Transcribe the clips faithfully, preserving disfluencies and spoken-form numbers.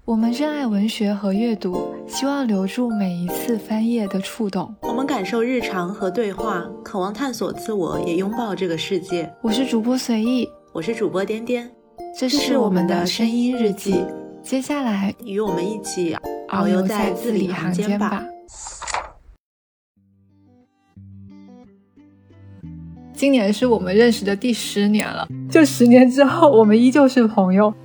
我们热爱文学和阅读，希望留住每一次翻页的触动。 我们感受日常和对话，渴望探索自我，也拥抱这个世界。 我是主播随意， 我是主播颠颠， 这是我们的声音日记。接下来， 与我们一起遨游在字里行间吧。 今年是我们认识的第十年了，就十年之后，我们依旧是朋友。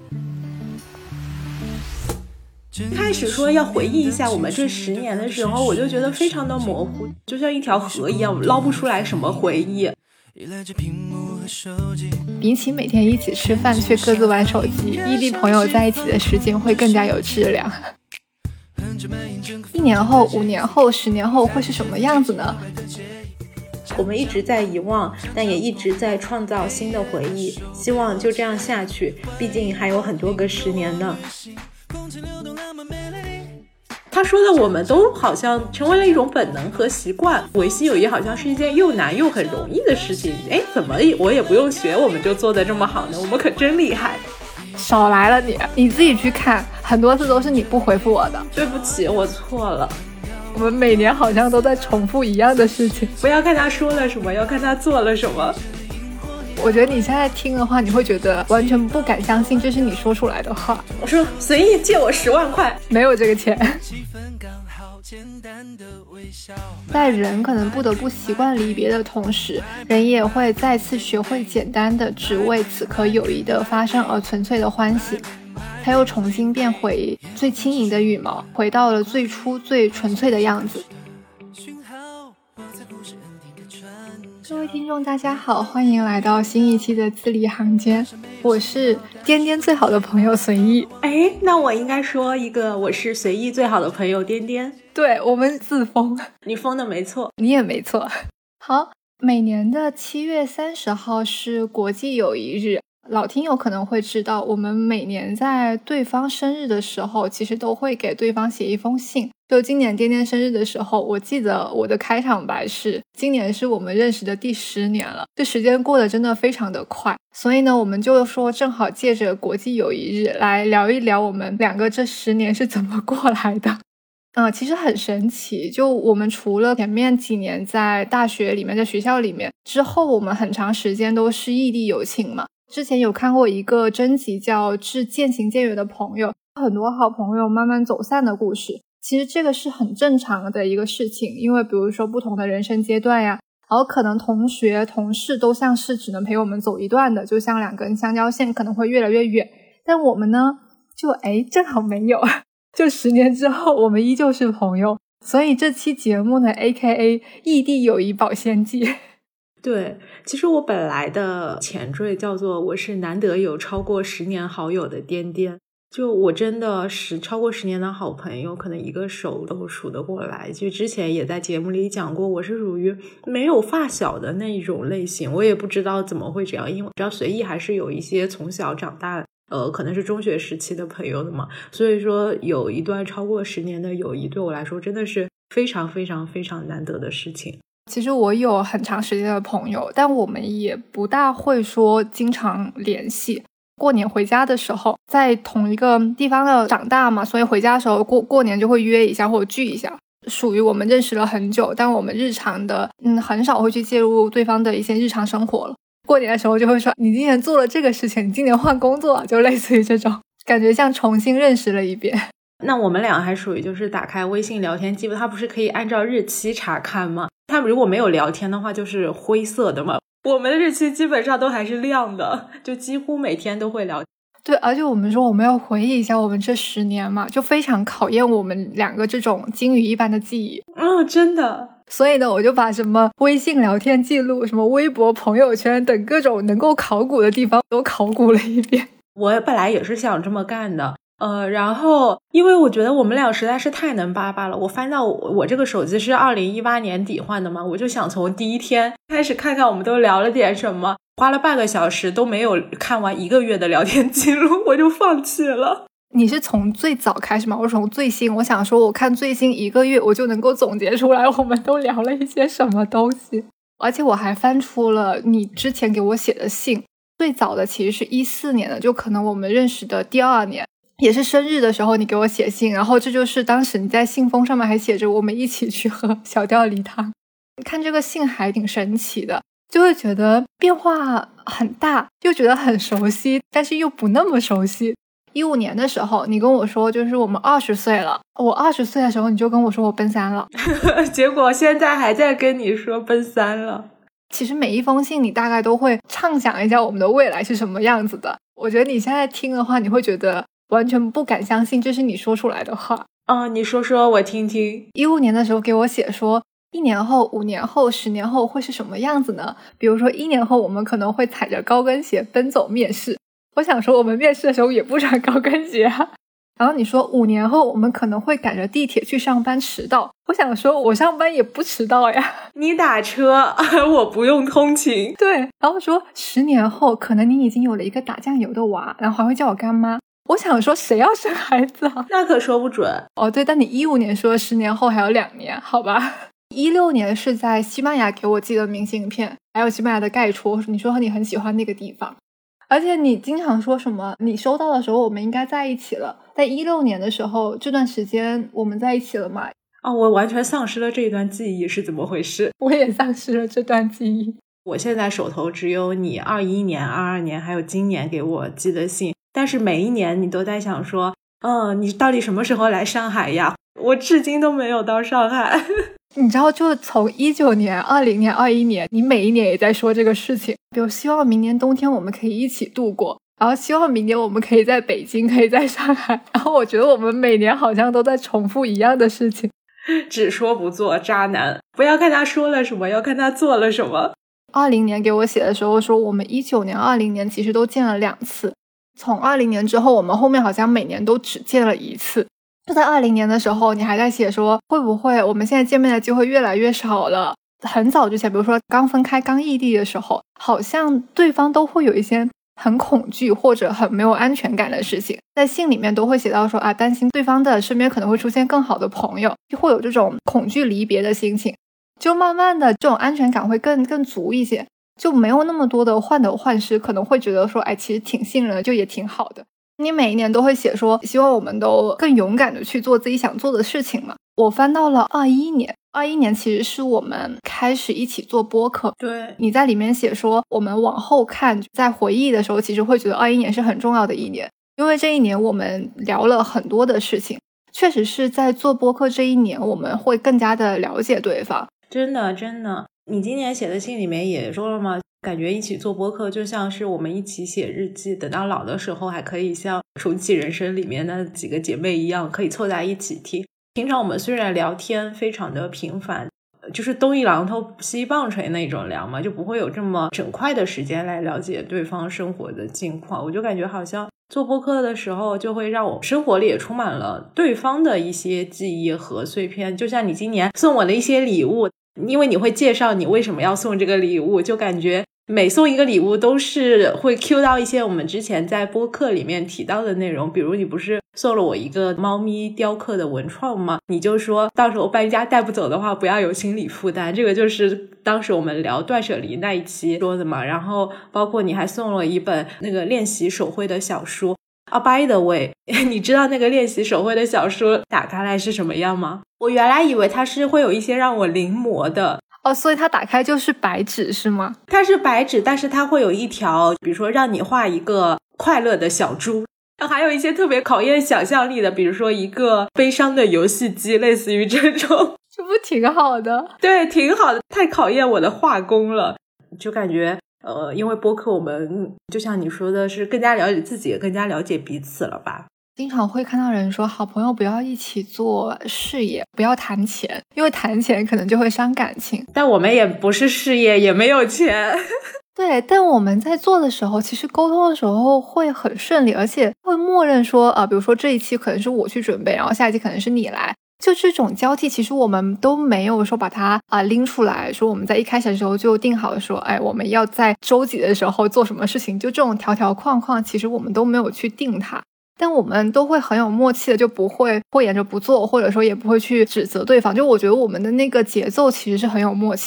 开始说要回忆一下我们这十年的时候，我就觉得非常的模糊，就像一条河一样，我捞不出来什么回忆。 比起每天一起吃饭却各自玩手机，异地朋友在一起的时间会更加有质量。一年后、五年后、十年后会是什么样子呢？ 我们一直在遗忘，但也一直在创造新的回忆，希望就这样下去，毕竟还有很多个十年呢。他说的我们都好像成为了一种本能和习惯，维系友谊好像是一件又难又很容易的事情。哎，怎么我也不用学，我们就做得这么好呢？我们可真厉害。 少来了你，你自己去看，很多次都是你不回复我的。 对不起，我错了。 我们每年好像都在重复一样的事情。 不要看他说了什么，要看他做了什么。 我觉得你现在听的话，你会觉得完全不敢相信这是你说出来的话。 我说随意借我十万块， 没有这个钱。在人可能不得不习惯离别的同时，人也会再次学会简单的只为此刻友谊的发生而纯粹的欢喜。他又重新变回最轻盈的羽毛，回到了最初最纯粹的样子。各位听众大家好，欢迎来到新一期的字里行间，我是颠颠最好的朋友随意。 哎，那我应该说一个，我是随意最好的朋友颠颠。 对，我们自封。 你封的没错， 你也没错。好，每年的七月三十号是国际友谊日，老听友可能会知道，我们每年在对方生日的时候，其实都会给对方写一封信。就今年颠颠生日的时候，我记得我的开场白是今年是我们认识的第十年了，这时间过得真的非常的快，所以呢我们就说正好借着国际友谊日来聊一聊我们两个这十年是怎么过来的。嗯，其实很神奇，就我们除了前面几年在大学里面在学校里面，之后我们很长时间都是异地友情嘛。之前有看过一个征集叫致渐行渐远的朋友，很多好朋友慢慢走散的故事。其实这个是很正常的一个事情，因为比如说不同的人生阶段呀，然后可能同学同事都像是只能陪我们走一段的，就像两根相交线可能会越来越远，但我们呢就哎正好没有，就十年之后我们依旧是朋友。所以这期节目呢 A K A 异地友谊保鲜剂。 对，其实我本来的前缀叫做我是难得有超过十年好友的颠颠，就我真的十超过十年的好朋友可能一个手都数得过来。就之前也在节目里讲过，我是属于没有发小的那种类型，我也不知道怎么会这样，因为只要随意还是有一些从小长大呃，可能是中学时期的朋友的嘛，所以说有一段超过十年的友谊对我来说真的是非常非常非常难得的事情。 其实我有很长时间的朋友，但我们也不大会说经常联系。过年回家的时候，在同一个地方的长大嘛，所以回家的时候过过年就会约一下或者聚一下，属于我们认识了很久，但我们日常的嗯很少会去介入对方的一些日常生活了。过年的时候就会说你今年做了这个事情，你今年换工作了，就类似于这种感觉，像重新认识了一遍。 那我们俩还属于就是打开微信聊天记录，它不是可以按照日期查看吗？他们如果没有聊天的话就是灰色的嘛，我们的日期基本上都还是亮的，就几乎每天都会聊。 对，而且我们说我们要回忆一下我们这十年嘛，就非常考验我们两个这种金鱼一般的记忆。 嗯，真的。 所以呢，我就把什么微信聊天记录、什么微博朋友圈等各种能够考古的地方都考古了一遍。 我本来也是想这么干的。呃，然后因为我觉得我们俩实在是太能叭叭了，我翻到我我这个手机是二零一八年底换的嘛，我就想从第一天开始看看我们都聊了点什么，花了半个小时都没有看完一个月的聊天记录，我就放弃了。 你是从最早开始吗？我是从最新，我想说我看最新一个月我就能够总结出来我们都聊了一些什么东西，而且我还翻出了你之前给我写的信，最早的其实是一四年的，就可能我们认识的第二年。 也是生日的时候你给我写信，然后这就是当时你在信封上面还写着我们一起去喝小吊梨汤。看这个信还挺神奇的，就会觉得变化很大，又觉得很熟悉，但是又不那么熟悉。一五年的时候你跟我说就是我们二十岁了，我二十岁的时候你就跟我说我奔三了结果现在还在跟你说奔三了。 其实每一封信你大概都会畅想一下我们的未来是什么样子的，我觉得你现在听的话你会觉得完全不敢相信这是你说出来的话。 哦，你说说我听听。 一五年的时候给我写说一年后五年后十年后会是什么样子呢？比如说一年后我们可能会踩着高跟鞋奔走面试，我想说我们面试的时候也不穿高跟鞋啊。然后你说五年后我们可能会赶着地铁去上班迟到，我想说我上班也不迟到呀。 你打车我不用通勤。 对，然后说十年后可能你已经有了一个打酱油的娃，然后还会叫我干妈，我想说谁要生孩子啊？ 那可说不准。 哦对，但你一五年说十年后还有两年，好吧。一六年是在西班牙给我寄的明信片，还有西班牙的盖戳，你说你很喜欢那个地方，而且你经常说什么你收到的时候我们应该在一起了，在一六年的时候这段时间我们在一起了嘛？ 哦，我完全丧失了这段记忆，是怎么回事？ 我也丧失了这段记忆。 我现在手头只有你二一年二二年还有今年给我寄的信，但是每一年你都在想说嗯，你到底什么时候来上海呀？我至今都没有到上海你知道就从一九年二零年二一年你每一年也在说这个事情，比如希望明年冬天我们可以一起度过，然后希望明年我们可以在北京可以在上海，然后我觉得我们每年好像都在重复一样的事情。 只说不做，渣男。不要看他说了什么，要看他做了什么。 二零年给我写的时候说我们一九年二零年其实都见了两次，从二零年之后我们后面好像每年都只见了一次。就在二零年的时候你还在写说会不会我们现在见面的机会越来越少了，很早之前比如说刚分开刚异地的时候，好像对方都会有一些很恐惧或者很没有安全感的事情，在信里面都会写到说啊，担心对方的身边可能会出现更好的朋友，就会有这种恐惧离别的心情，就慢慢的这种安全感会更更足一些，就没有那么多的患得患失，可能会觉得说哎，其实挺信任的，就也挺好的。你每一年都会写说希望我们都更勇敢的去做自己想做的事情嘛。我翻到了二一年，二一年其实是我们开始一起做播客。 对， 你在里面写说我们往后看，在回忆的时候其实会觉得二一年是很重要的一年，因为这一年我们聊了很多的事情，确实是在做播客这一年我们会更加的了解对方。 真的真的，你今年写的信里面也说了吗？感觉一起做播客就像是我们一起写日记，等到老的时候还可以像重启人生里面那几个姐妹一样可以凑在一起听。平常我们虽然聊天非常的频繁，就是东一榔头西一棒槌那种聊嘛，就不会有这么整块的时间来了解对方生活的近况。我就感觉好像做播客的时候就会让我生活里也充满了对方的一些记忆和碎片，就像你今年送我的一些礼物，因为你会介绍你为什么要送这个礼物，就感觉每送一个礼物都是会 cue 到一些我们之前在播客里面提到的内容。比如你不是送了我一个猫咪雕刻的文创吗？你就说到时候搬家带不走的话不要有心理负担，这个就是当时我们聊断舍离那一期说的嘛。然后包括你还送了一本那个练习手绘的小书啊、oh, by the way 你知道那个练习手绘的小书打开来是什么样吗？我原来以为它是会有一些让我临摹的哦，所以它打开就是白纸是吗？ 它是白纸，但是它会有一条比如说让你画一个快乐的小猪，还有一些特别考验想象力的，比如说一个悲伤的游戏机，类似于这种。 这不挺好的？ 对，挺好的，太考验我的画工了。就感觉呃，因为播客我们就像你说的是更加了解自己，更加了解彼此了吧。 经常会看到人说好朋友不要一起做事业，不要谈钱，因为谈钱可能就会伤感情。 但我们也不是事业，也没有钱。 对，但我们在做的时候其实沟通的时候会很顺利，而且会默认说啊、呃，比如说这一期可能是我去准备，然后下一期可能是你来，就这种交替其实我们都没有说把它啊、呃、拎出来说我们在一开始的时候就定好说哎我们要在周几的时候做什么事情，就这种条条框框其实我们都没有去定它，但我们都会很有默契的，就不会拖延着不做，或者说也不会去指责对方，就我觉得我们的那个节奏其实是很有默契的。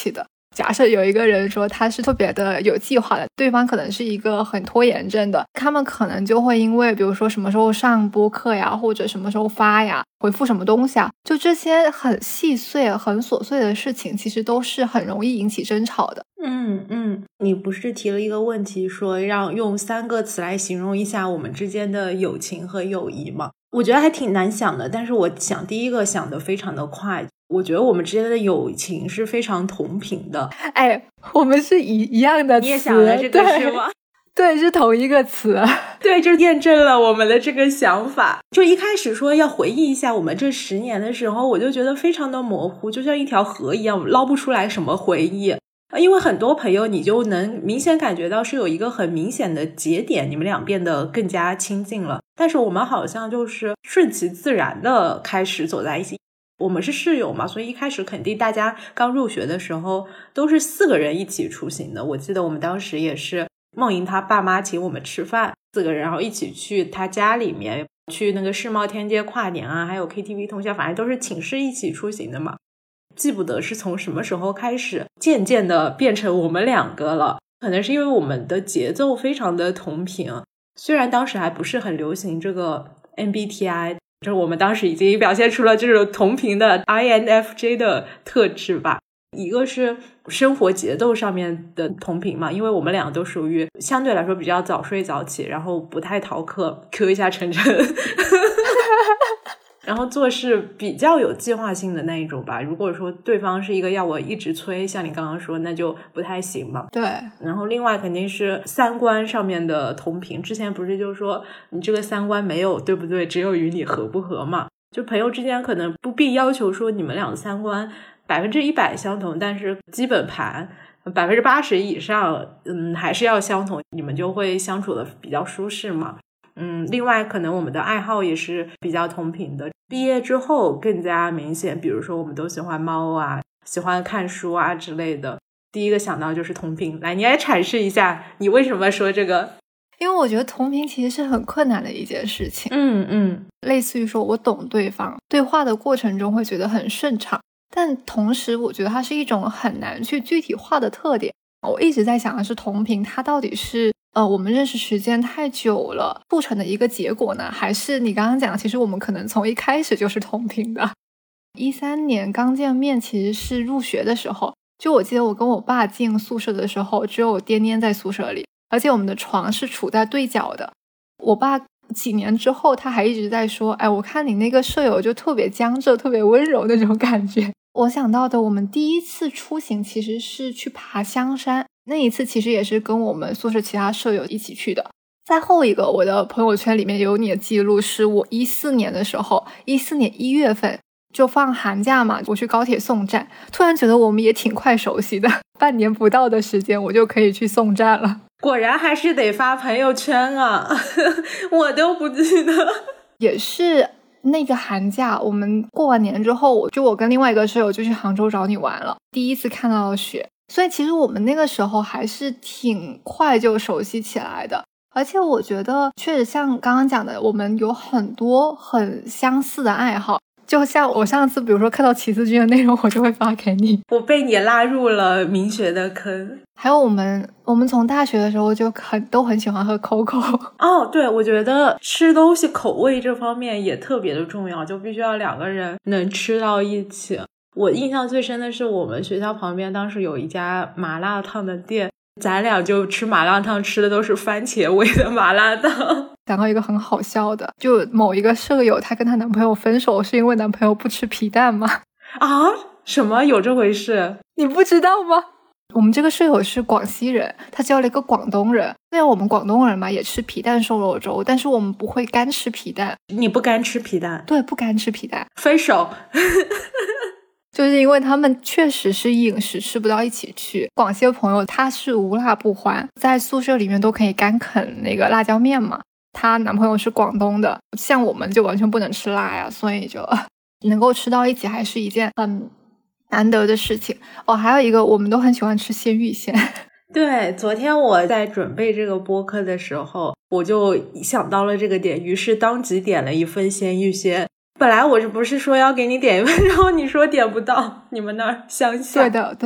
假设有一个人说他是特别的有计划的，对方可能是一个很拖延症的，他们可能就会因为比如说什么时候上播客呀，或者什么时候发呀，回复什么东西啊，就这些很细碎很琐碎的事情，其实都是很容易引起争吵的。 嗯嗯，你不是提了一个问题说让用三个词来形容一下我们之间的友情和友谊吗？我觉得还挺难想的，但是我想第一个想的非常的快。我觉得我们之间的友情是非常同频的。 哎，我们是一一样的词。 你也想了这个是吗？ 对，是同一个词。 对，就验证了我们的这个想法。就一开始说要回忆一下我们这十年的时候，我就觉得非常的模糊，就像一条河一样，捞不出来什么回忆。因为很多朋友你就能明显感觉到是有一个很明显的节点，你们俩变得更加亲近了。但是我们好像就是顺其自然的开始走在一起。我们是室友嘛，所以一开始肯定大家刚入学的时候都是四个人一起出行的。我记得我们当时也是梦莹她爸妈请我们吃饭，四个人然后一起去他家里面，去那个世贸天阶跨年啊，还有 K T V 通宵，反正都是寝室一起出行的嘛。记不得是从什么时候开始渐渐的变成我们两个了，可能是因为我们的节奏非常的同频。虽然当时还不是很流行这个 M B T I， 就是我们当时已经表现出了这种同频的 I N F J 的特质吧。一个是生活节奏上面的同频嘛，因为我们俩都属于相对来说比较早睡早起，然后不太逃课 Q 一下晨晨然后做事比较有计划性的那一种吧。如果说对方是一个要我一直催，像你刚刚说，那就不太行嘛。 对。 然后另外肯定是三观上面的同频，之前不是就说你这个三观没有对不对，只有与你合不合嘛。就朋友之间可能不必要求说你们俩的三观百分之一百相同，但是基本盘百分之八十以上，嗯，还是要相同，你们就会相处的比较舒适嘛。嗯，另外可能我们的爱好也是比较同频的，毕业之后更加明显，比如说我们都喜欢猫啊，喜欢看书啊之类的，第一个想到就是同频。来，你来阐释一下你为什么说这个。 因为我觉得同频其实是很困难的一件事情。 嗯嗯， 类似于说我懂对方，对话的过程中会觉得很顺畅，但同时我觉得它是一种很难去具体化的特点。我一直在想的是同频它到底是呃我们认识时间太久了促成的一个结果呢，还是你刚刚讲其实我们可能从一开始就是同频的。一三年刚见面其实是入学的时候，就我记得我跟我爸进宿舍的时候只有颠颠在宿舍里，而且我们的床是处在对角的。我爸几年之后他还一直在说，哎，我看你那个舍友就特别江浙特别温柔那种感觉。我想到的我们第一次出行其实是去爬香山，那一次其实也是跟我们宿舍其他舍友一起去的。再后一个我的朋友圈里面有你的记录，是我一四年的时候，一四年一月份就放寒假嘛，我去高铁送站，突然觉得我们也挺快熟悉的，半年不到的时间我就可以去送站了。 果然还是得发朋友圈啊我都不记得。 也是那个寒假我们过完年之后，就我跟另外一个舍友就去杭州找你玩了，第一次看到了雪，所以其实我们那个时候还是挺快就熟悉起来的。而且我觉得确实像刚刚讲的，我们有很多很相似的爱好，就像我上次比如说看到齐思君的内容我就会发给你， 我被你拉入了明学的坑。 还有我们我们从大学的时候就很都很喜欢喝 Coco。 哦，对，我觉得吃东西口味这方面也特别的重要，就必须要两个人能吃到一起。我印象最深的是我们学校旁边当时有一家麻辣烫的店，咱俩就吃麻辣烫吃的都是番茄味的麻辣烫。 讲到一个很好笑的，就某一个舍友她跟她男朋友分手是因为男朋友不吃皮蛋吗？ 啊？什么？有这回事？ 你不知道吗？我们这个舍友是广西人，他交了一个广东人，虽然我们广东人嘛也吃皮蛋瘦肉粥，但是我们不会干吃皮蛋。 你不干吃皮蛋？ 对，不干吃皮蛋。 分手就是因为他们确实是饮食吃不到一起去。广西的朋友他是无辣不欢，在宿舍里面都可以干啃那个辣椒面嘛，她男朋友是广东的，像我们就完全不能吃辣呀，所以就能够吃到一起还是一件很难得的事情。哦，还有一个我们都很喜欢吃鲜芋仙。 对，昨天我在准备这个播客的时候我就想到了这个点，于是当即点了一份鲜芋仙。本来我是不是说要给你点一份，然后你说点不到，你们那儿乡下。 对的对的，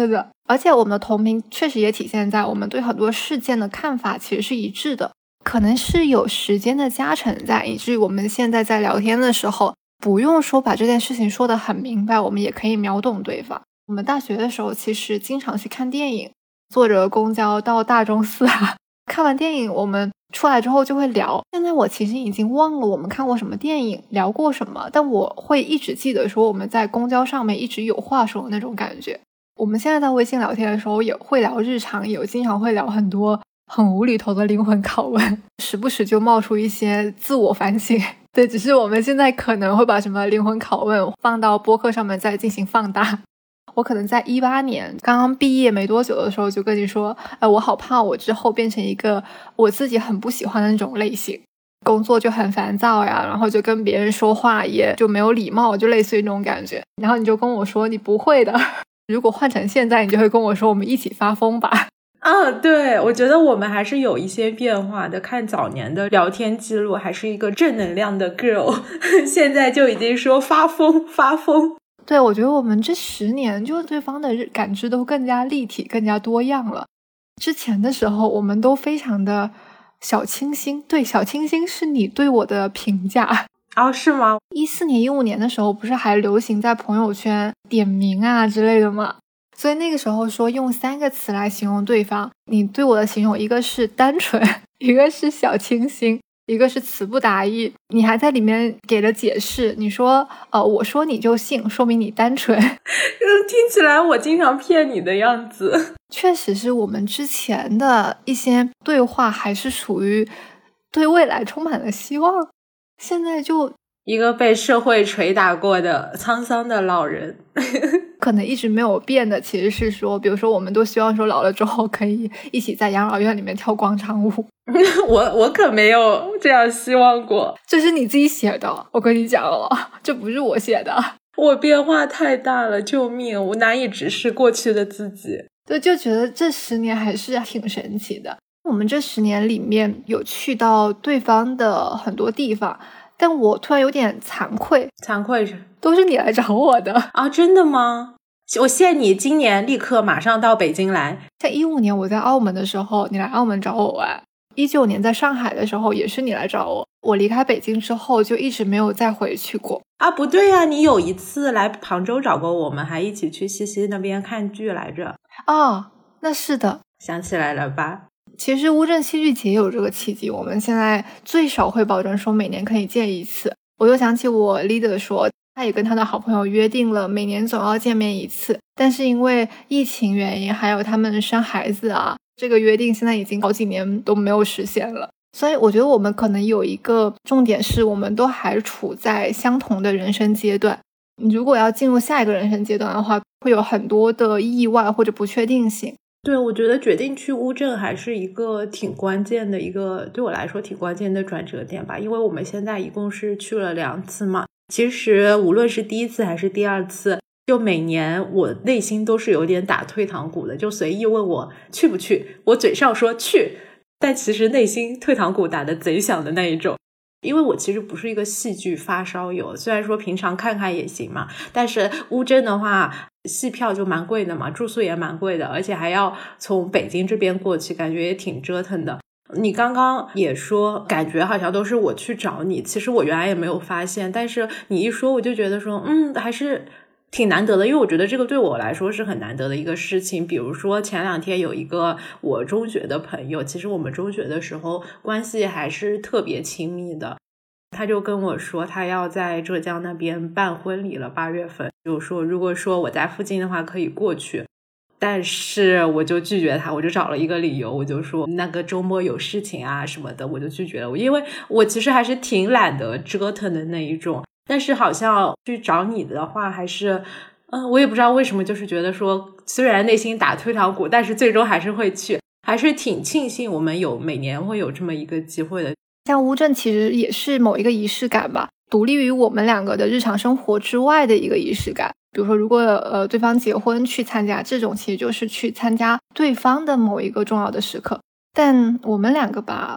而且我们的同频确实也体现在我们对很多事件的看法其实是一致的，可能是有时间的加成在，以至于我们现在在聊天的时候不用说把这件事情说得很明白，我们也可以秒懂对方。我们大学的时候其实经常去看电影，坐着公交到大钟寺啊，看完电影我们出来之后就会聊。现在我其实已经忘了我们看过什么电影，聊过什么，但我会一直记得说我们在公交上面一直有话说的那种感觉。我们现在在微信聊天的时候也会聊日常，有经常会聊很多很无厘头的灵魂拷问，时不时就冒出一些自我反省。对，只是我们现在可能会把什么灵魂拷问放到播客上面再进行放大。我可能在一八年刚刚毕业没多久的时候就跟你说，哎，我好怕我之后变成一个我自己很不喜欢的那种类型，工作就很烦躁呀，然后就跟别人说话也就没有礼貌，就类似于那种感觉。然后你就跟我说你不会的，如果换成现在你就会跟我说我们一起发疯吧。 啊，对，我觉得我们还是有一些变化的。看早年的聊天记录还是一个正能量的 girl， 现在就已经说发疯发疯。 对，我觉得我们这十年就对方的感知都更加立体更加多样了。之前的时候我们都非常的小清新，对，小清新是你对我的评价。 哦，是吗？ 一四年一五年的时候不是还流行在朋友圈点名啊之类的吗？所以那个时候说用三个词来形容对方，你对我的形容一个是单纯，一个是小清新，一个是词不达意。你还在里面给了解释，你说呃，我说你就信，说明你单纯。 听起来我经常骗你的样子。 确实是我们之前的一些对话还是属于对未来充满了希望，现在就一个被社会捶打过的沧桑的老人。 可能一直没有变的其实是说，比如说我们都希望说老了之后可以一起在养老院里面跳广场舞。 我我可没有这样希望过。 这是你自己写的，我跟你讲了，这不是我写的。 我变化太大了，救命，我难以直视过去的自己。 对，就觉得这十年还是挺神奇的。我们这十年里面有去到对方的很多地方，但我突然有点惭愧。 惭愧是都是你来找我的啊？真的吗？我限你今年立刻马上到北京来。 在一五年我在澳门的时候你来澳门找我玩，一九年在上海的时候也是你来找我，我离开北京之后就一直没有再回去过。 啊，不对呀、啊，你有一次来杭州找过我们，还一起去西溪那边看剧来着。 哦，那是的， 想起来了吧？ 其实乌镇戏剧节有这个契机，我们现在最少会保证说每年可以见一次。我又想起我 leader 说他也跟他的好朋友约定了每年总要见面一次，但是因为疫情原因还有他们生孩子啊，这个约定现在已经好几年都没有实现了。所以我觉得我们可能有一个重点是我们都还处在相同的人生阶段，如果要进入下一个人生阶段的话，会有很多的意外或者不确定性。 对，我觉得决定去乌镇还是一个挺关键的一个，对我来说挺关键的转折点吧。因为我们现在一共是去了两次嘛，其实无论是第一次还是第二次，就每年我内心都是有点打退堂鼓的，就随意问我去不去，我嘴上说去，但其实内心退堂鼓打得贼响的那一种。因为我其实不是一个戏剧发烧友，虽然说平常看看也行嘛，但是乌镇的话戏票就蛮贵的嘛，住宿也蛮贵的，而且还要从北京这边过去，感觉也挺折腾的。你刚刚也说感觉好像都是我去找你，其实我原来也没有发现，但是你一说我就觉得说嗯，还是挺难得的，因为我觉得这个对我来说是很难得的一个事情。比如说前两天有一个我中学的朋友，其实我们中学的时候关系还是特别亲密的，他就跟我说他要在浙江那边办婚礼了，八月份，就说如果说我在附近的话可以过去，但是我就拒绝他，我就找了一个理由，我就说那个周末有事情啊什么的，我就拒绝了。因为我其实还是挺懒得折腾的那一种，但是好像去找你的话还是嗯，我也不知道为什么，就是觉得说虽然内心打退堂鼓，但是最终还是会去，还是挺庆幸我们有每年会有这么一个机会的。 像乌镇其实也是某一个仪式感吧，独立于我们两个的日常生活之外的一个仪式感。比如说如果呃对方结婚去参加，这种其实就是去参加对方的某一个重要的时刻。但我们两个吧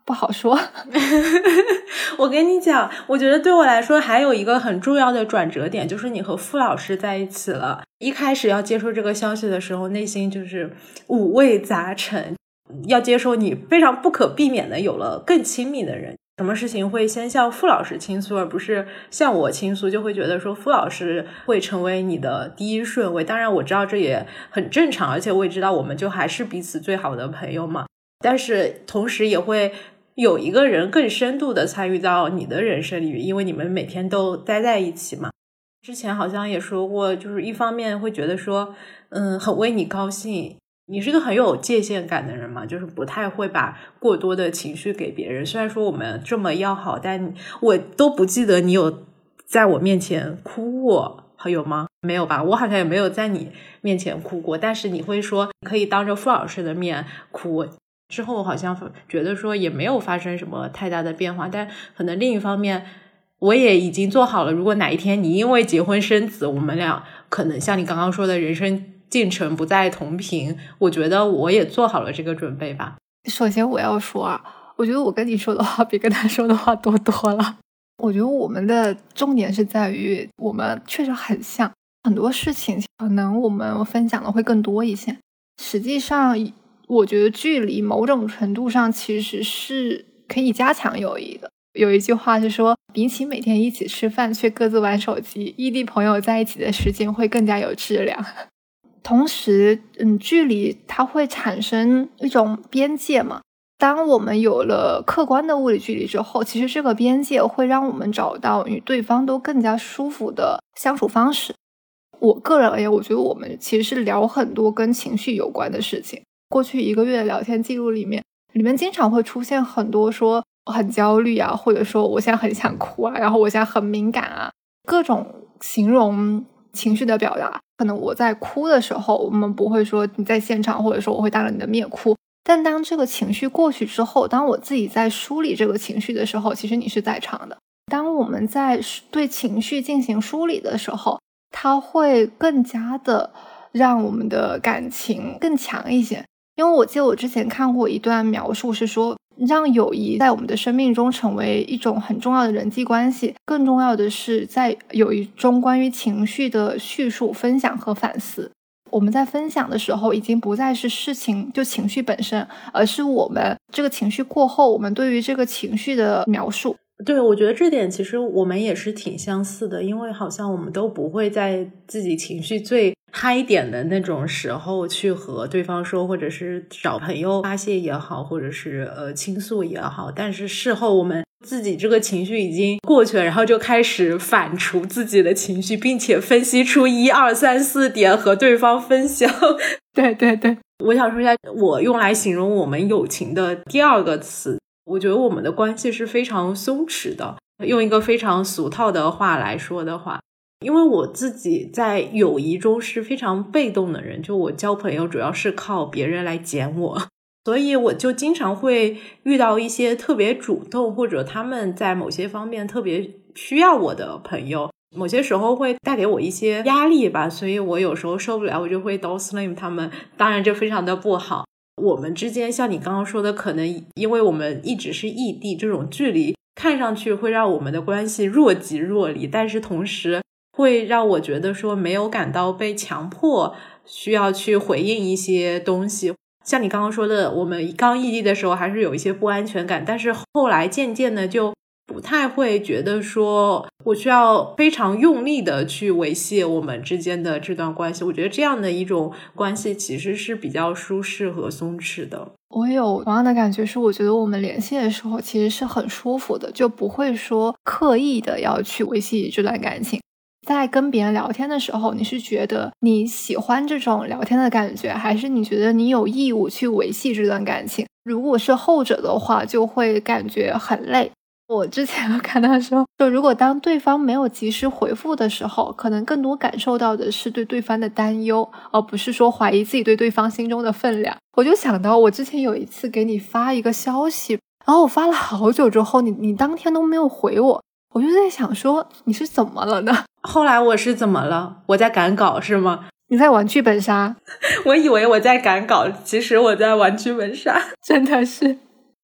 不好说。 我跟你讲，我觉得对我来说还有一个很重要的转折点，就是你和傅老师在一起了。一开始要接受这个消息的时候，内心就是五味杂陈，要接受你非常不可避免的有了更亲密的人。什么事情会先向傅老师倾诉，而不是向我倾诉，就会觉得说傅老师会成为你的第一顺位。当然我知道这也很正常，而且我也知道我们就还是彼此最好的朋友嘛，但是同时也会有一个人更深度的参与到你的人生里，因为你们每天都待在一起嘛。之前好像也说过，就是一方面会觉得说嗯，很为你高兴，你是个很有界限感的人嘛，就是不太会把过多的情绪给别人。虽然说我们这么要好，但我都不记得你有在我面前哭过，有吗？没有吧，我好像也没有在你面前哭过，但是你会说可以当着傅老师的面哭。之后好像觉得说也没有发生什么太大的变化，但可能另一方面我也已经做好了，如果哪一天你因为结婚生子，我们俩可能像你刚刚说的人生进程不再同频，我觉得我也做好了这个准备吧。 首先我要说啊，我觉得我跟你说的话比跟他说的话多多了。我觉得我们的重点是在于我们确实很像，很多事情可能我们分享的会更多一些。实际上我觉得距离某种程度上其实是可以加强友谊的。有一句话是说，比起每天一起吃饭却各自玩手机，异地朋友在一起的时间会更加有质量。同时嗯，距离它会产生一种边界嘛，当我们有了客观的物理距离之后，其实这个边界会让我们找到与对方都更加舒服的相处方式。我个人而言，我觉得我们其实是聊很多跟情绪有关的事情。过去一个月的聊天记录里面，里面经常会出现很多说很焦虑啊，或者说我现在很想哭啊，然后我现在很敏感啊，各种形容情绪的表达。可能我在哭的时候，我们不会说你在现场，或者说我会当着你的面哭，但当这个情绪过去之后，当我自己在梳理这个情绪的时候，其实你是在场的。当我们在对情绪进行梳理的时候，它会更加的让我们的感情更强一些。因为我记得我之前看过一段描述，是说让友谊在我们的生命中成为一种很重要的人际关系，更重要的是在友谊中关于情绪的叙述、分享和反思。我们在分享的时候已经不再是事情就情绪本身，而是我们这个情绪过后我们对于这个情绪的描述。 对，我觉得这点其实我们也是挺相似的，因为好像我们都不会在自己情绪最嗨点的那种时候去和对方说，或者是找朋友发泄也好，或者是呃倾诉也好，但是事后我们自己这个情绪已经过去了，然后就开始反刍自己的情绪，并且分析出一二三四点和对方分享。 对对对， 我想说一下我用来形容我们友情的第二个词，我觉得我们的关系是非常松弛的。用一个非常俗套的话来说的话，因为我自己在友谊中是非常被动的人，就我交朋友主要是靠别人来捡我，所以我就经常会遇到一些特别主动，或者他们在某些方面特别需要我的朋友，某些时候会带给我一些压力吧，所以我有时候受不了，我就会 downstream 他们，当然这非常的不好。我们之间像你刚刚说的，可能因为我们一直是异地，这种距离看上去会让我们的关系若即若离，但是同时会让我觉得说没有感到被强迫需要去回应一些东西。像你刚刚说的，我们刚异地的时候还是有一些不安全感，但是后来渐渐的就不太会觉得说我需要非常用力的去维系我们之间的这段关系。我觉得这样的一种关系其实是比较舒适和松弛的。 我有同样的感觉，是我觉得我们联系的时候其实是很舒服的，就不会说刻意的要去维系这段感情。在跟别人聊天的时候，你是觉得你喜欢这种聊天的感觉，还是你觉得你有义务去维系这段感情？如果是后者的话，就会感觉很累。我之前看到说，就如果当对方没有及时回复的时候，可能更多感受到的是对对方的担忧，而不是说怀疑自己对对方心中的分量。我就想到我之前有一次给你发一个消息，然后我发了好久之后，你你当天都没有回我，我就在想说你是怎么了呢？ 后来我是怎么了？我在赶稿是吗？ 你在玩剧本杀？ 我以为我在赶稿，其实我在玩剧本杀。 真的是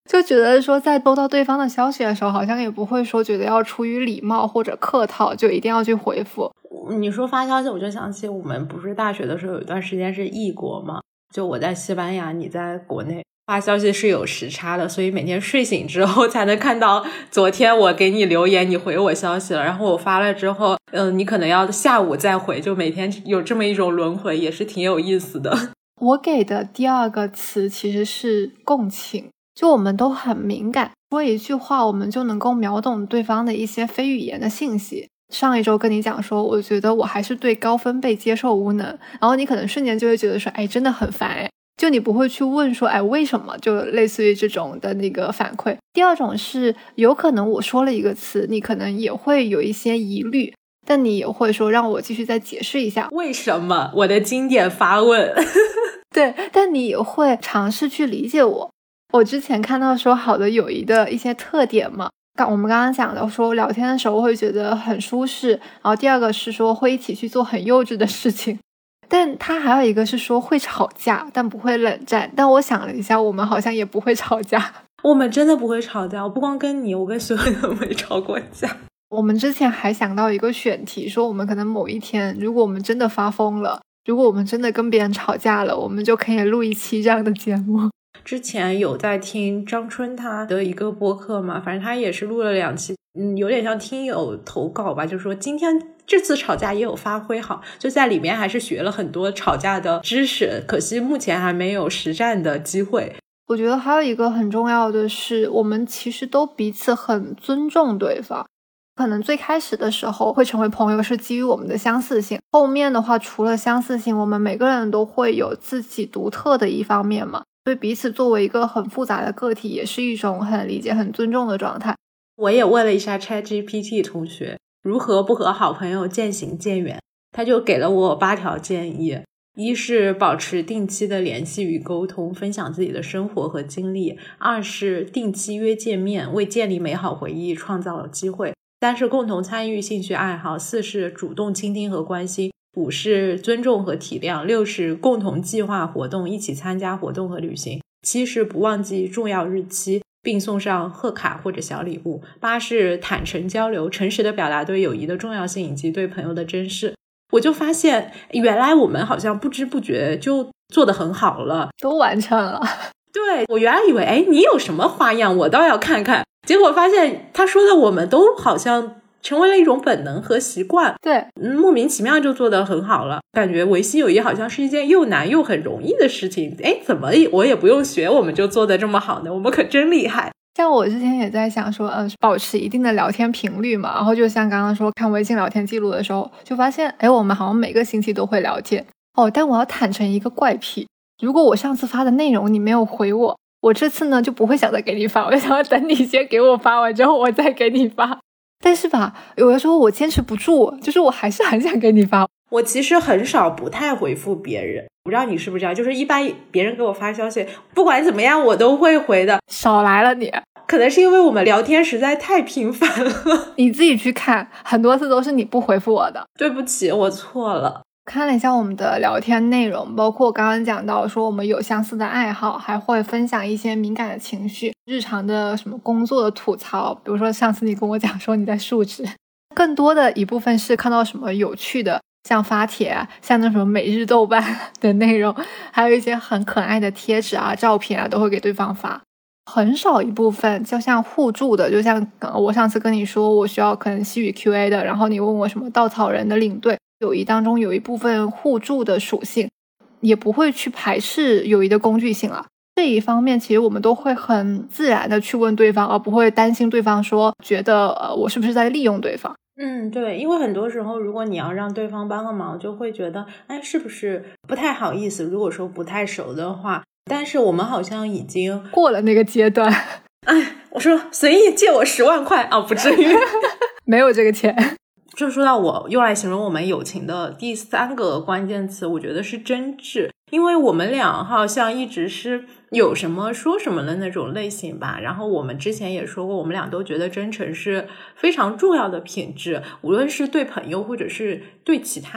就觉得说在收到对方的消息的时候，好像也不会说觉得要出于礼貌或者客套就一定要去回复。 你说发消息，我就想起我们不是大学的时候有一段时间是异国嘛，就我在西班牙，你在国内，发消息是有时差的，所以每天睡醒之后才能看到昨天我给你留言你回我消息了，然后我发了之后嗯，你可能要下午再回，就每天有这么一种轮回，也是挺有意思的。 我给的第二个词其实是共情，就我们都很敏感，说一句话我们就能够秒懂对方的一些非语言的信息。上一周跟你讲说我觉得我还是对高分贝接受无能，然后你可能瞬间就会觉得说哎，真的很烦哎，就你不会去问说哎为什么，就类似于这种的那个反馈。第二种是有可能我说了一个词，你可能也会有一些疑虑，但你也会说让我继续再解释一下为什么，我的经典发问对，但你也会尝试去理解我。我之前看到说好的友谊的一些特点嘛，我们刚刚讲的说聊天的时候会觉得很舒适，然后第二个是说会一起去做很幼稚的事情，但他还有一个是说会吵架但不会冷战。但我想了一下，我们好像也不会吵架。 我们真的不会吵架，我不光跟你，我跟所有人都没吵过架。 我们之前还想到一个选题，说我们可能某一天如果我们真的发疯了，如果我们真的跟别人吵架了，我们就可以录一期这样的节目。 之前有在听张春他的一个播客嘛，反正他也是录了两期，嗯，有点像听友投稿吧，就说今天这次吵架也有发挥好，就在里面还是学了很多吵架的知识，可惜目前还没有实战的机会。 我觉得还有一个很重要的是，我们其实都彼此很尊重对方。可能最开始的时候会成为朋友是基于我们的相似性，后面的话除了相似性，我们每个人都会有自己独特的一方面嘛，所以彼此作为一个很复杂的个体，也是一种很理解很尊重的状态。 我也问了一下 ChatGPT 同学如何不和好朋友渐行渐远，他就给了我八条建议。一是保持定期的联系与沟通，分享自己的生活和经历。二是定期约见面，为建立美好回忆创造机会。三是共同参与兴趣爱好。四是主动倾听和关心。五是尊重和体谅。六是共同计划活动，一起参加活动和旅行。七是不忘记重要日期，并送上贺卡或者小礼物。八是坦诚交流，诚实的表达对友谊的重要性以及对朋友的珍视。我就发现原来我们好像不知不觉就做得很好了， 都完成了。 对，我原来以为哎，你有什么花样我倒要看看，结果发现他说的我们都好像成为了一种本能和习惯。 对、 嗯、莫名其妙就做得很好了，感觉维系友谊好像是一件又难又很容易的事情。哎，怎么我也不用学我们就做得这么好呢？我们可真厉害。 像我之前也在想说嗯，保持一定的聊天频率嘛，然后就像刚刚说看微信聊天记录的时候就发现哎，我们好像每个星期都会聊天哦。但我要坦诚一个怪癖，如果我上次发的内容你没有回我，我这次呢就不会想再给你发，我就想要等你先给我发完之后我再给你发。但是吧有的时候我坚持不住，就是我还是很想给你发。 我其实很少不太回复别人，不知道你是不是这样，就是一般别人给我发消息不管怎么样我都会回的。 少来了你， 可能是因为我们聊天实在太频繁了。 你自己去看，很多次都是你不回复我的。 对不起，我错了。 看了一下我们的聊天内容，包括刚刚讲到说我们有相似的爱好，还会分享一些敏感的情绪，日常的什么工作的吐槽，比如说上次你跟我讲说你在述职。更多的一部分是看到什么有趣的，像发帖啊，像那什么每日豆瓣的内容，还有一些很可爱的贴纸啊照片啊都会给对方发。很少一部分就像互助的，就像我上次跟你说我需要可能西语 Q A 的，然后你问我什么稻草人的领队，友谊当中有一部分互助的属性，也不会去排斥友谊的工具性了。这一方面其实我们都会很自然的去问对方，而不会担心对方说觉得呃我是不是在利用对方。 嗯，对，因为很多时候如果你要让对方帮个忙就会觉得哎，是不是不太好意思，如果说不太熟的话。但是我们好像已经过了那个阶段。 哎，我说随意借我十万块啊，不至于没有这个钱。 就说到我用来形容我们友情的第三个关键词，我觉得是真挚。因为我们俩好像一直是有什么说什么的那种类型吧，然后我们之前也说过，我们俩都觉得真诚是非常重要的品质，无论是对朋友或者是对其他人。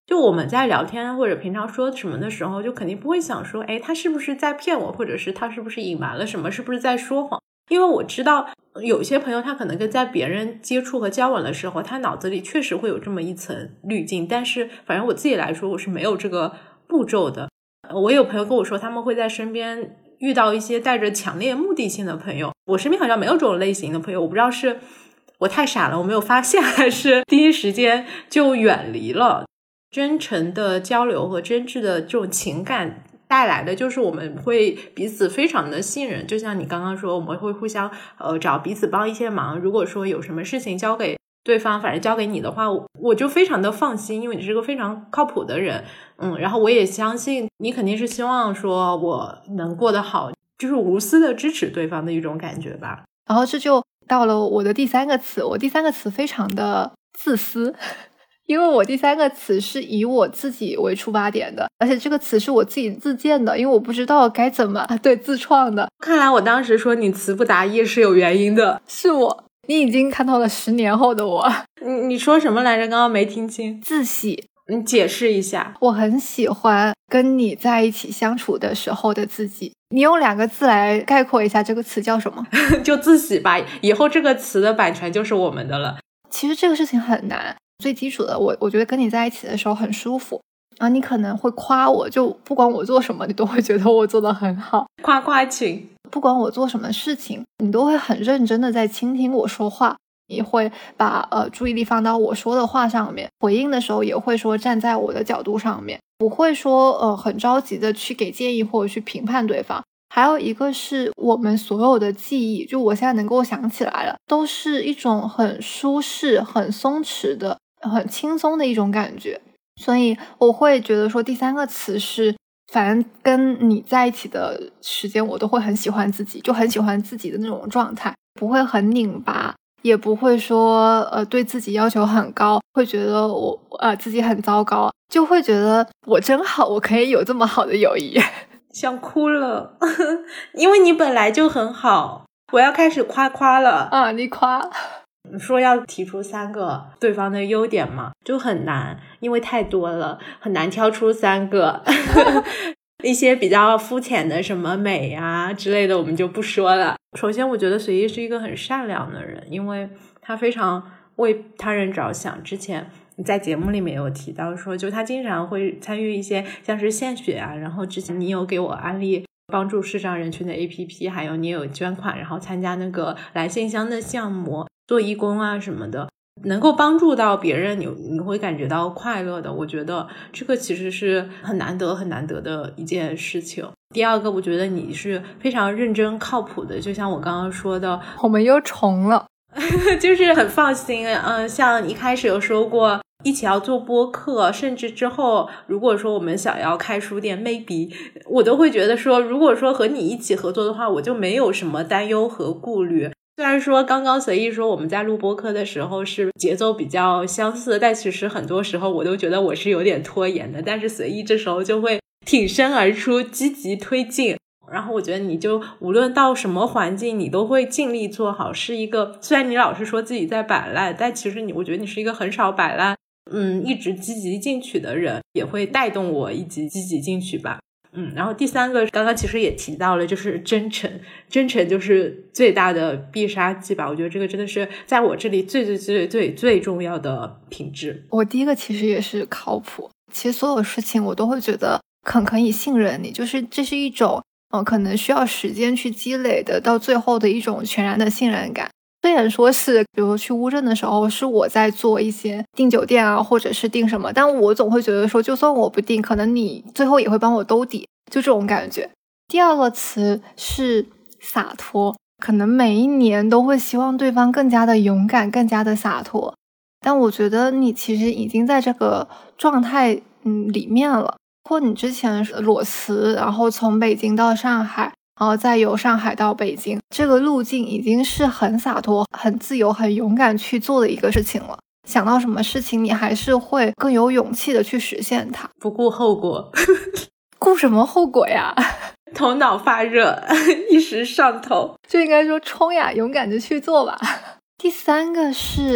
就我们在聊天或者平常说什么的时候，就肯定不会想说，哎，他是不是在骗我，或者是他是不是隐瞒了什么，是不是在说谎。因为我知道有些朋友他可能跟在别人接触和交往的时候，他脑子里确实会有这么一层滤镜，但是反正我自己来说，我是没有这个步骤的。我有朋友跟我说，他们会在身边遇到一些带着强烈目的性的朋友，我身边好像没有这种类型的朋友，我不知道是我太傻了我没有发现，还是第一时间就远离了。真诚的交流和真挚的这种情感带来的就是我们会彼此非常的信任，就像你刚刚说，我们会互相呃找彼此帮一些忙，如果说有什么事情交给对方，反正交给你的话，我就非常的放心，因为你是个非常靠谱的人。嗯，然后我也相信你肯定是希望说我能过得好，就是无私的支持对方的一种感觉吧。 然后这就到了我的第三个词，我第三个词非常的自私，因为我第三个词是以我自己为出发点的，而且这个词是我自己自荐的，因为我不知道该怎么对自创的。 看来我当时说你词不达意是有原因的。 是我，你已经看到了十年后的我。 你你说什么来着？刚刚没听清。 自喜。 你解释一下。 我很喜欢跟你在一起相处的时候的自己。你用两个字来概括一下这个词叫什么？ 就自喜吧，以后这个词的版权就是我们的了。 其实这个事情很难，最基础的我我觉得跟你在一起的时候很舒服，然后你可能会夸我，就不管我做什么你都会觉得我做得很好， 夸夸群。 不管我做什么事情你都会很认真的在倾听我说话，你会把呃注意力放到我说的话上面，回应的时候也会说站在我的角度上面，不会说呃很着急的去给建议或者去评判对方。还有一个是我们所有的记忆，就我现在能够想起来了，都是一种很舒适很松弛的很轻松的一种感觉。所以我会觉得说第三个词是反正跟你在一起的时间我都会很喜欢自己，就很喜欢自己的那种状态，不会很拧巴，也不会说呃对自己要求很高，会觉得我呃自己很糟糕，就会觉得我真好，我可以有这么好的友谊。 想哭了因为你本来就很好，我要开始夸夸了啊！你夸。 你说要提出三个对方的优点嘛，就很难，因为太多了，很难挑出三个一些比较肤浅的什么美啊之类的我们就不说了。首先我觉得随意是一个很善良的人，因为他非常为他人着想。之前你在节目里面有提到说，就他经常会参与一些像是献血啊，然后之前你有给我安利帮助视障人群的 A P P， 还有你有捐款然后参加那个蓝信箱的项目做义工啊什么的，能够帮助到别人你你会感觉到快乐的，我觉得这个其实是很难得很难得的一件事情。第二个我觉得你是非常认真靠谱的，就像我刚刚说的， 我们又重了就是很放心。嗯，像一开始有说过一起要做播客，甚至之后如果说我们想要开书店 maybe 我都会觉得说如果说和你一起合作的话，我就没有什么担忧和顾虑。虽然说刚刚随意说我们在录播客的时候是节奏比较相似，但其实很多时候我都觉得我是有点拖延的，但是随意这时候就会挺身而出积极推进。然后我觉得你就无论到什么环境你都会尽力做好，是一个虽然你老是说自己在摆烂，但其实你我觉得你是一个很少摆烂嗯，一直积极进取的人，也会带动我一直积极进取吧。嗯，然后第三个刚刚其实也提到了，就是真诚。真诚就是最大的必杀技吧，我觉得这个真的是在我这里最最最最最重要的品质。 我第一个其实也是靠谱，其实所有事情我都会觉得很可以信任你，就是这是一种嗯、呃，可能需要时间去积累的到最后的一种全然的信任感。虽然说是比如去乌镇的时候是我在做一些订酒店啊或者是订什么，但我总会觉得说就算我不订可能你最后也会帮我兜底，就这种感觉。第二个词是洒脱，可能每一年都会希望对方更加的勇敢更加的洒脱，但我觉得你其实已经在这个状态嗯里面了。或你之前裸辞然后从北京到上海然后再由上海到北京，这个路径已经是很洒脱很自由很勇敢去做的一个事情了，想到什么事情你还是会更有勇气的去实现它， 不顾后果顾什么后果呀头脑发热一时上头， 就应该说冲呀，勇敢的去做吧。第三个是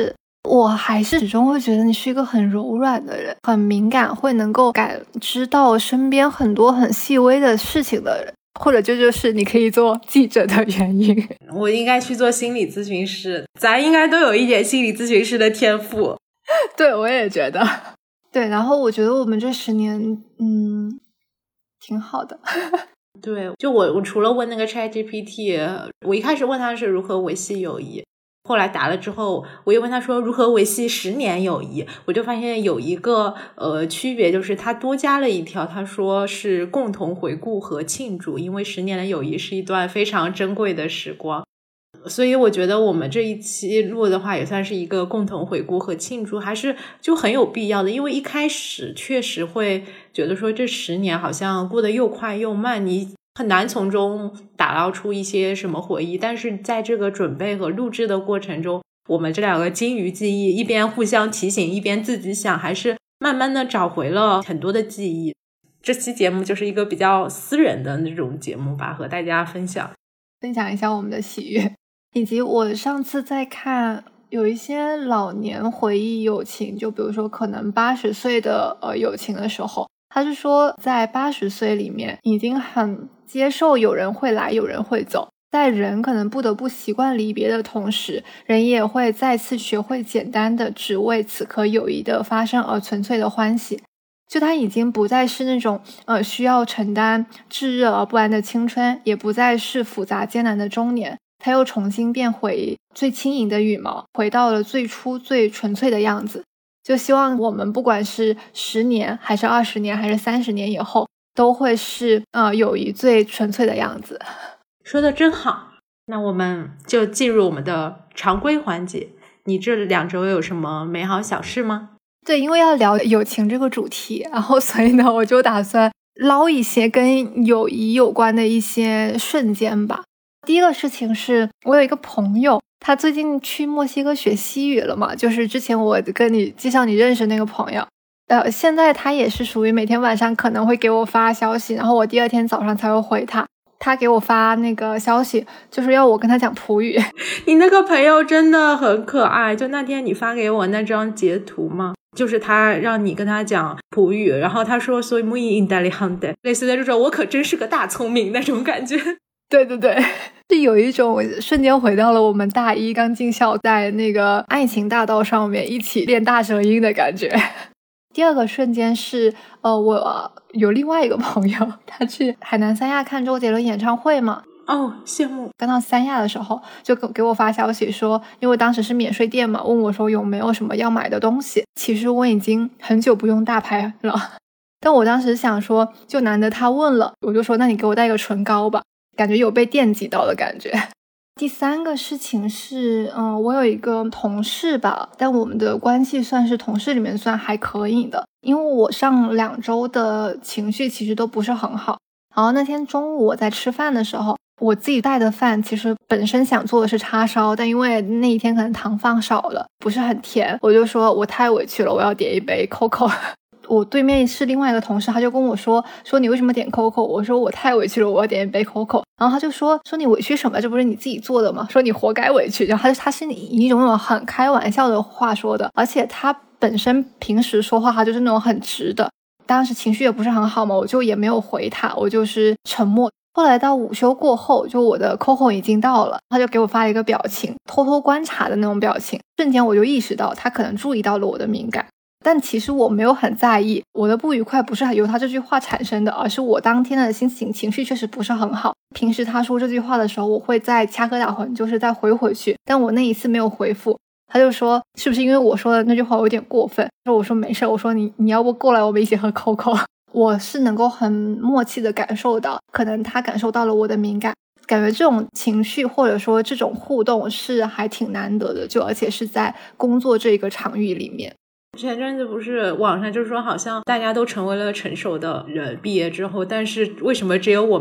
我还是始终会觉得你是一个很柔软的人，很敏感，会能够感知到身边很多很细微的事情的人，或者这就是你可以做记者的原因。 我应该去做心理咨询师，咱应该都有一点心理咨询师的天赋。 对，我也觉得。对，然后我觉得我们这十年嗯挺好的。 对，就我我除了问那个 ChatGPT， 我一开始问他是如何维系友谊，后来答了之后我又问他说如何维系十年友谊，我就发现有一个呃区别，就是他多加了一条，他说是共同回顾和庆祝，因为十年的友谊是一段非常珍贵的时光。所以我觉得我们这一期录的话也算是一个共同回顾和庆祝，还是就很有必要的。因为一开始确实会觉得说这十年好像过得又快又慢，你很难从中打捞出一些什么回忆，但是在这个准备和录制的过程中，我们这两个金鱼记忆一边互相提醒一边自己想，还是慢慢的找回了很多的记忆。这期节目就是一个比较私人的那种节目吧，和大家分享分享一下我们的喜悦。以及我上次在看有一些老年回忆友情，就比如说可能八十岁的呃友情的时候，他是说在八十岁里面已经很接受有人会来有人会走，在人可能不得不习惯离别的同时，人也会再次学会简单的只为此刻友谊的发生而纯粹的欢喜。就他已经不再是那种呃需要承担炙热而不安的青春，也不再是复杂艰难的中年，他又重新变回最轻盈的羽毛，回到了最初最纯粹的样子。就希望我们不管是十年还是二十年还是三十年以后，都会是呃友谊最纯粹的样子。 说的真好，那我们就进入我们的常规环节。你这两周有什么美好小事吗？ 对，因为要聊友情这个主题，然后所以呢我就打算捞一些跟友谊有关的一些瞬间吧。第一个事情是我有一个朋友，他最近去墨西哥学西语了嘛，就是之前我跟你介绍你认识那个朋友，呃，现在他也是属于每天晚上可能会给我发消息，然后我第二天早上才会回他。他给我发那个消息就是要我跟他讲葡语。 你那个朋友真的很可爱，就那天你发给我那张截图吗？就是他让你跟他讲葡语，然后他说 soy muy inteligente， 类似的这种我可真是个大聪明那种感觉。 对对对，是有一种瞬间回到了我们大一刚进校，在那个爱情大道上面一起练大舌音的感觉。第二个瞬间是呃，我有另外一个朋友，他去海南三亚看周杰伦演唱会嘛。 哦，羡慕。 刚到三亚的时候就给我发消息说，因为当时是免税店嘛，问我说有没有什么要买的东西。其实我已经很久不用大牌了，但我当时想说就难得他问了，我就说那你给我带个唇膏吧，感觉有被电击到的感觉。第三个事情是嗯，我有一个同事吧，但我们的关系算是同事里面算还可以的，因为我上两周的情绪其实都不是很好。然后那天中午我在吃饭的时候，我自己带的饭其实本身想做的是叉烧，但因为那一天可能糖放少了，不是很甜，我就说我太委屈了，我要点一杯 Coco。我对面是另外一个同事，他就跟我说说你为什么点 Coco， 我说我太委屈了，我要点一杯 Coco。 然后他就说说你委屈什么，这不是你自己做的吗，说你活该委屈。然后他他是以一种那种很开玩笑的话说的，而且他本身平时说话他就是那种很直的。当时情绪也不是很好嘛，我就也没有回他，我就是沉默。后来到午休过后，就我的 Coco 已经到了，他就给我发了一个表情，偷偷观察的那种表情，瞬间我就意识到他可能注意到了我的敏感。但其实我没有很在意，我的不愉快不是由他这句话产生的，而是我当天的心情情绪确实不是很好。平时他说这句话的时候，我会再掐歌打诨，就是再回回去，但我那一次没有回复。他就说是不是因为我说的那句话有点过分，我说没事，我说你你要不过来我们一起喝 Coco。 我是能够很默契的感受到，可能他感受到了我的敏感，感觉这种情绪或者说这种互动是还挺难得的，就而且是在工作这个场域里面。 前阵子不是网上就是说好像大家都成为了成熟的人，毕业之后，但是为什么只有我们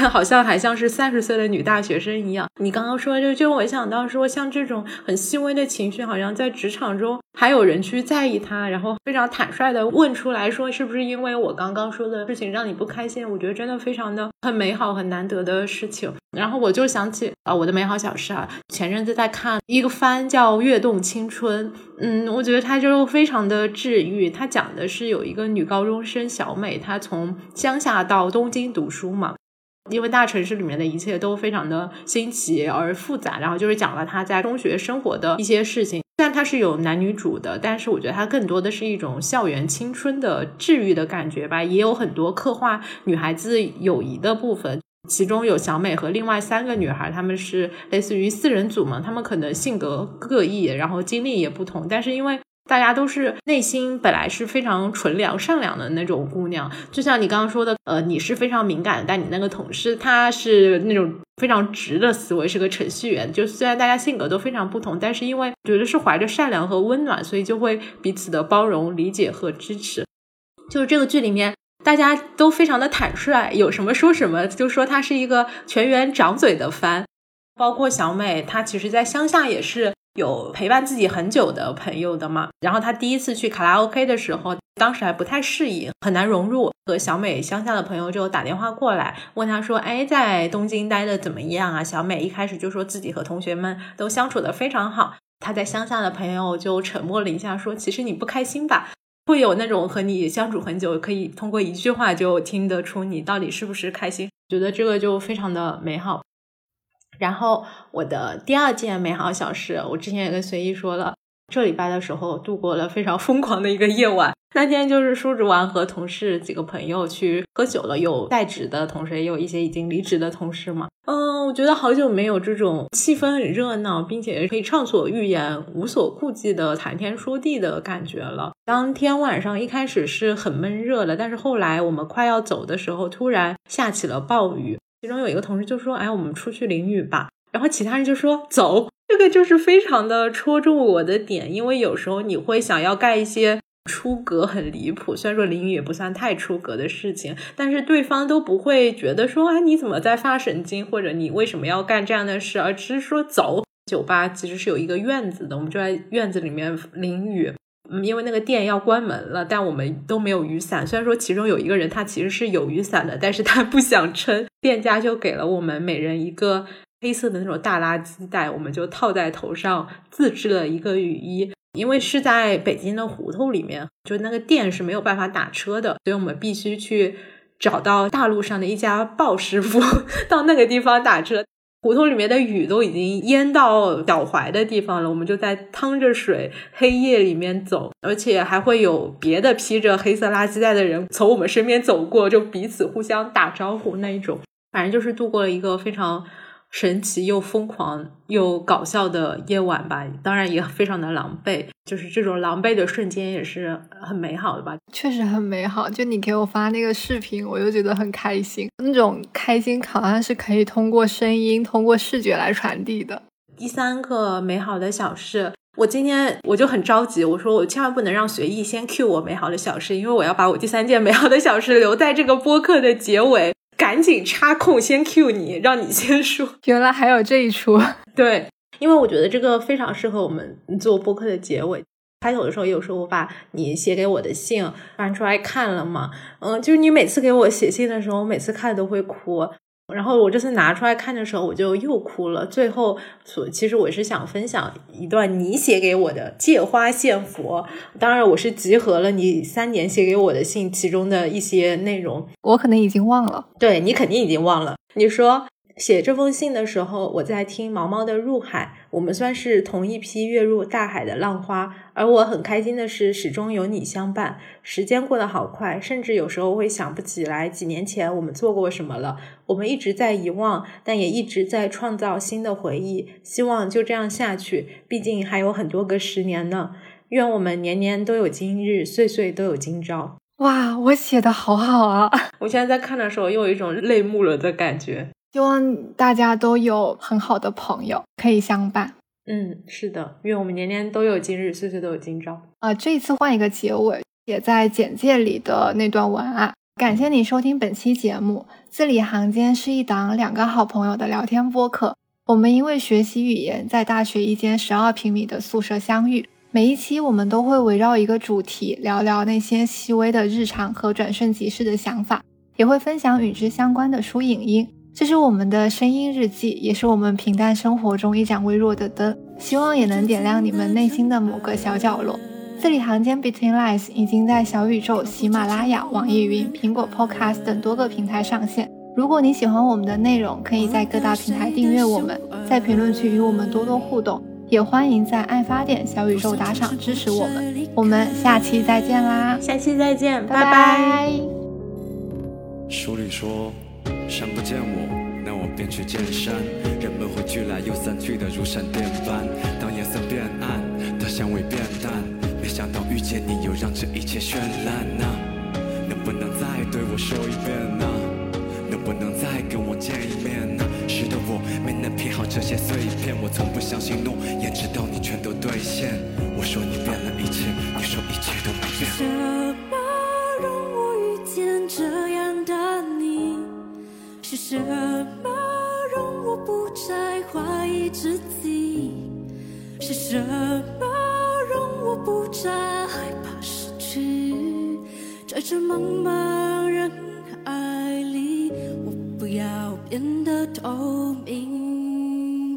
好像还像是三十岁的女大学生一样。你刚刚说就就我想到说，像这种很细微的情绪，好像在职场中还有人去在意它，然后非常坦率的问出来说，是不是因为我刚刚说的事情让你不开心？我觉得真的非常的很美好很难得的事情。然后我就想起啊、呃，我的美好小事啊，前阵子在看一个番叫《跃动青春》，嗯，我觉得它就非常的治愈。它讲的是有一个女高中生小美，她从乡下到东京读书嘛，因为大城市里面的一切都非常的新奇而复杂，然后就是讲了她在中学生活的一些事情。虽然它是有男女主的，但是我觉得它更多的是一种校园青春的治愈的感觉吧，也有很多刻画女孩子友谊的部分。其中有小美和另外三个女孩，她们是类似于四人组嘛，她们可能性格各异，然后经历也不同，但是因为大家都是内心本来是非常纯良善良的那种姑娘，就像你刚刚说的呃，你是非常敏感，但你那个同事他是那种非常直的思维，是个程序员，就虽然大家性格都非常不同，但是因为觉得是怀着善良和温暖，所以就会彼此的包容理解和支持。就是这个剧里面大家都非常的坦率，有什么说什么，就说它是一个全员长嘴的番。包括小美她其实在乡下也是有陪伴自己很久的朋友的嘛，然后她第一次去卡拉 OK 的时候，当时还不太适应，很难融入，和小美乡下的朋友就打电话过来问她说，哎，在东京待的怎么样啊？小美一开始就说自己和同学们都相处得非常好，她在乡下的朋友就沉默了一下说，其实你不开心吧？会有那种和你相处很久，可以通过一句话就听得出你到底是不是开心，觉得这个就非常的美好。然后我的第二件美好小事，我之前也跟随意说了，这礼拜的时候度过了非常疯狂的一个夜晚。那天就是叔侄完和同事几个朋友去喝酒了，有在职的同事，也有一些已经离职的同事嘛。嗯，我觉得好久没有这种气氛很热闹，并且可以畅所欲言、无所顾忌的谈天说地的感觉了。当天晚上一开始是很闷热的，但是后来我们快要走的时候，突然下起了暴雨。其中有一个同事就说，哎，我们出去淋雨吧。然后其他人就说走。这个就是非常的戳中我的点，因为有时候你会想要干一些出格很离谱，虽然说淋雨也不算太出格的事情，但是对方都不会觉得说，啊，你怎么在发神经，或者你为什么要干这样的事，而只是说走。酒吧其实是有一个院子的，我们就在院子里面淋雨。嗯，因为那个店要关门了，但我们都没有雨伞。虽然说其中有一个人他其实是有雨伞的，但是他不想撑，店家就给了我们每人一个黑色的那种大垃圾袋，我们就套在头上，自制了一个雨衣。因为是在北京的胡同里面，就那个店是没有办法打车的，所以我们必须去找到大路上的一家鲍师傅到那个地方打车。胡同里面的雨都已经淹到脚踝的地方了，我们就在趟着水黑夜里面走，而且还会有别的披着黑色垃圾袋的人从我们身边走过，就彼此互相打招呼那一种。反正就是度过了一个非常神奇又疯狂又搞笑的夜晚吧，当然也非常的狼狈，就是这种狼狈的瞬间也是很美好的吧。 确实很美好，就你给我发那个视频我就觉得很开心，那种开心好像是可以通过声音通过视觉来传递的。 第三个美好的小事，我今天我就很着急，我说我千万不能让随意先 cue 我美好的小事，因为我要把我第三件美好的小事留在这个播客的结尾，赶紧插空先 cue 你，让你先说。 原来还有这一出。 对，因为我觉得这个非常适合我们做播客的结尾。开头的时候有时候我把你写给我的信翻出来看了嘛，嗯，就是你每次给我写信的时候，我每次看都会哭，然后我这次拿出来看的时候我就又哭了。最后所其实我是想分享一段你写给我的借花献佛，当然我是集合了你三年写给我的信其中的一些内容。 我可能已经忘了。 对，你肯定已经忘了。你说写这封信的时候，我在听毛毛的入海，我们算是同一批跃入大海的浪花，而我很开心的是始终有你相伴。时间过得好快，甚至有时候会想不起来几年前我们做过什么了。我们一直在遗忘，但也一直在创造新的回忆，希望就这样下去，毕竟还有很多个十年呢。愿我们年年都有今日，岁岁都有今朝。 哇，我写的好好啊。 我现在在看的时候又有一种泪目了的感觉。 希望大家都有很好的朋友可以相伴。 嗯，是的，愿我们年年都有今日，岁岁都有今朝。 啊、呃，这一次换一个结尾，写在简介里的那段文案感谢你收听本期节目。字里行间是一档两个好朋友的聊天播客，我们因为学习语言，在大学一间十二平米的宿舍相遇。每一期我们都会围绕一个主题，聊聊那些细微的日常和转瞬即逝的想法，也会分享与之相关的书影音。这是我们的声音日记，也是我们平淡生活中一盏微弱的灯，希望也能点亮你们内心的某个小角落。字里行间 Between Lines 已经在小宇宙、喜马拉雅、网易云、苹果 Podcast 等多个平台上线。如果你喜欢我们的内容，可以在各大平台订阅我们，在评论区与我们多多互动，也欢迎在爱发电小宇宙打赏支持我们。我们下期再见啦！ 下期再见，拜拜拜。 书里说，山不见我，那我便去见山。人们会聚来又散去的如闪电般，当颜色变暗，当香味变淡，没想到遇见你又让这一切绚烂啊！能不能再对我说一遍啊？能不能再跟我见一面啊？是的，我没能拼好这些碎片，我从不相信诺言，直到你全都兑现。我说你变了一切，你说一切都没变。 是什么让我遇见这样的你？是什么让我不再怀疑自己？是什么让我不再害怕失去？在这茫茫人海里，我不要变得透明。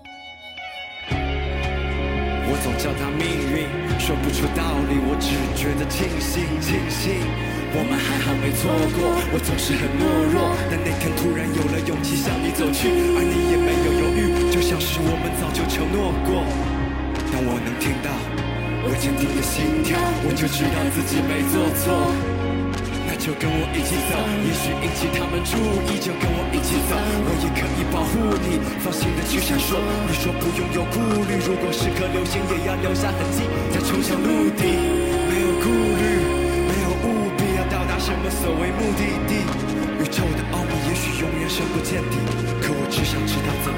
我总叫它命运，说不出道理，我只觉得庆幸庆幸我们还好没错过。我总是很懦弱，但那天突然有了勇气向你走去，而你也没有犹豫，就像是我们早就承诺过。当我能听到我坚定的心跳，我就知道自己没做错。那就跟我一起走，也许引起他们注意，就跟我一起走，我也可以保护你，放心的去闪烁。你说不用有顾虑，如果是颗流星也要留下痕迹，再冲向陆地。没有顾虑，没有务必要到达什么所谓目的地。宇宙的奥秘也许永远深不见底，可我只想知道怎么